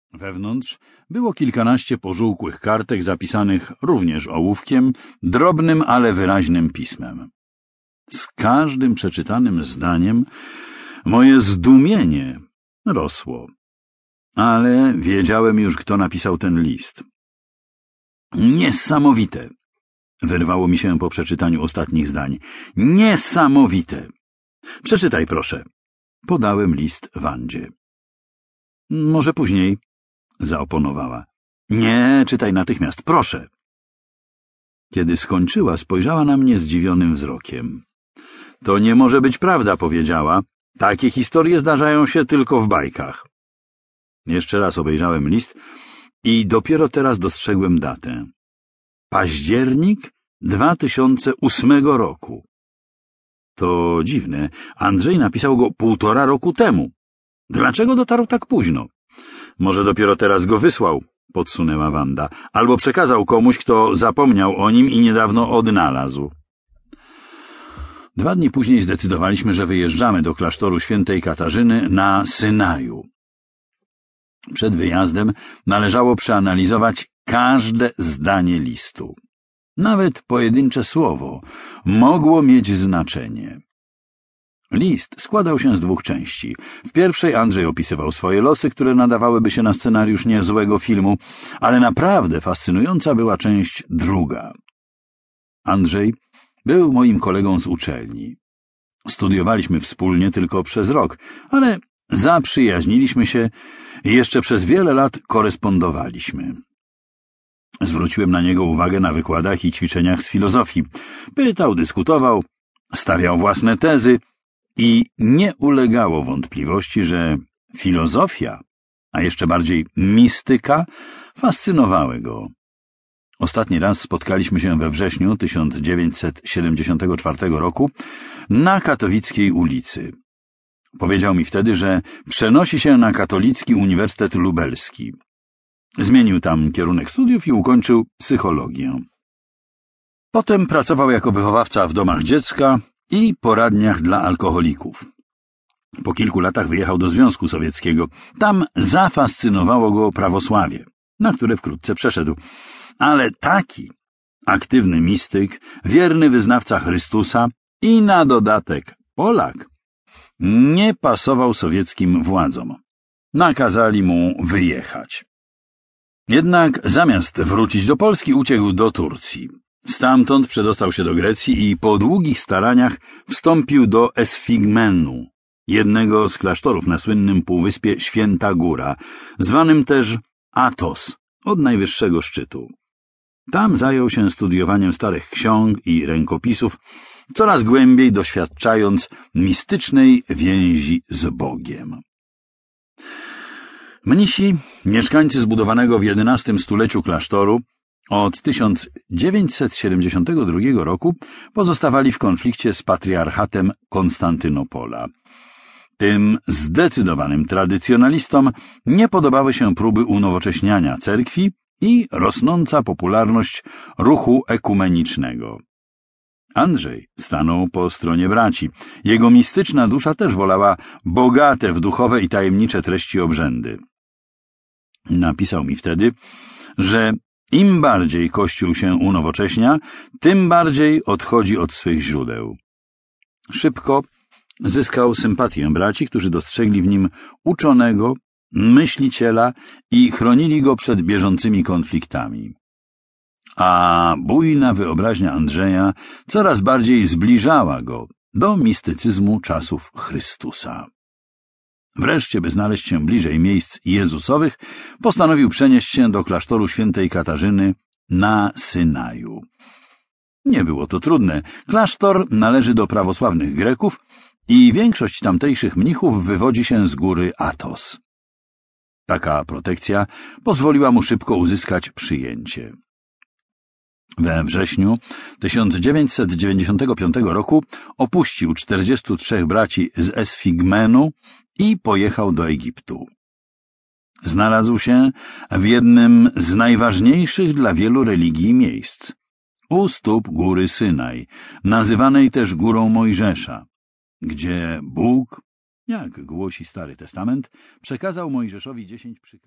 Wewnątrz było kilkanaście pożółkłych kartek zapisanych również ołówkiem, drobnym, ale wyraźnym pismem. Z każdym przeczytanym zdaniem moje zdumienie rosło, ale wiedziałem już, kto napisał ten list. Niesamowite! Wyrwało mi się po przeczytaniu ostatnich zdań. Niesamowite! Przeczytaj, proszę. Podałem list Wandzie. Może później, zaoponowała. Nie, czytaj natychmiast, proszę. Kiedy skończyła, spojrzała na mnie zdziwionym wzrokiem. To nie może być prawda, powiedziała. Takie historie zdarzają się tylko w bajkach. Jeszcze raz obejrzałem list i dopiero teraz dostrzegłem datę. Październik 2008 roku. To dziwne. Andrzej napisał go 1,5 roku temu. Dlaczego dotarł tak późno? Może dopiero teraz go wysłał, podsunęła Wanda, albo przekazał komuś, kto zapomniał o nim i niedawno odnalazł. 2 dni później zdecydowaliśmy, że wyjeżdżamy do klasztoru świętej Katarzyny na Synaju. Przed wyjazdem należało przeanalizować każde zdanie listu. Nawet pojedyncze słowo mogło mieć znaczenie. List składał się z 2 części. W pierwszej Andrzej opisywał swoje losy, które nadawałyby się na scenariusz niezłego filmu, ale naprawdę fascynująca była część druga. Andrzej był moim kolegą z uczelni. Studiowaliśmy wspólnie tylko przez rok, ale zaprzyjaźniliśmy się i jeszcze przez wiele lat korespondowaliśmy. Zwróciłem na niego uwagę na wykładach i ćwiczeniach z filozofii. Pytał, dyskutował, stawiał własne tezy i nie ulegało wątpliwości, że filozofia, a jeszcze bardziej mistyka, fascynowały go. Ostatni raz spotkaliśmy się we wrześniu 1974 roku na Katowickiej ulicy. Powiedział mi wtedy, że przenosi się na Katolicki Uniwersytet Lubelski. Zmienił tam kierunek studiów i ukończył psychologię. Potem pracował jako wychowawca w domach dziecka i poradniach dla alkoholików. Po kilku latach wyjechał do Związku Sowieckiego. Tam zafascynowało go prawosławie, na które wkrótce przeszedł. Ale taki aktywny mistyk, wierny wyznawca Chrystusa i na dodatek Polak nie pasował sowieckim władzom. Nakazali mu wyjechać. Jednak zamiast wrócić do Polski, uciekł do Turcji. Stamtąd przedostał się do Grecji i po długich staraniach wstąpił do Esfigmenu, jednego z klasztorów na słynnym półwyspie Święta Góra, zwanym też Athos, od najwyższego szczytu. Tam zajął się studiowaniem starych ksiąg i rękopisów, coraz głębiej doświadczając mistycznej więzi z Bogiem. Mnisi, mieszkańcy zbudowanego w XI stuleciu klasztoru, od 1972 roku pozostawali w konflikcie z patriarchatem Konstantynopola. Tym zdecydowanym tradycjonalistom nie podobały się próby unowocześniania cerkwi i rosnąca popularność ruchu ekumenicznego. Andrzej stanął po stronie braci. Jego mistyczna dusza też wolała bogate w duchowe i tajemnicze treści obrzędy. Napisał mi wtedy, że im bardziej Kościół się unowocześnia, tym bardziej odchodzi od swych źródeł. Szybko zyskał sympatię braci, którzy dostrzegli w nim uczonego, myśliciela i chronili go przed bieżącymi konfliktami. A bujna wyobraźnia Andrzeja coraz bardziej zbliżała go do mistycyzmu czasów Chrystusa. Wreszcie, by znaleźć się bliżej miejsc Jezusowych, postanowił przenieść się do klasztoru świętej Katarzyny na Synaju. Nie było to trudne. Klasztor należy do prawosławnych Greków i większość tamtejszych mnichów wywodzi się z góry Athos. Taka protekcja pozwoliła mu szybko uzyskać przyjęcie. We wrześniu 1995 roku opuścił 43 braci z Esfigmenu i pojechał do Egiptu. Znalazł się w jednym z najważniejszych dla wielu religii miejsc, u stóp góry Synaj, nazywanej też Górą Mojżesza, gdzie Bóg, jak głosi Stary Testament, przekazał Mojżeszowi 10 przykazów.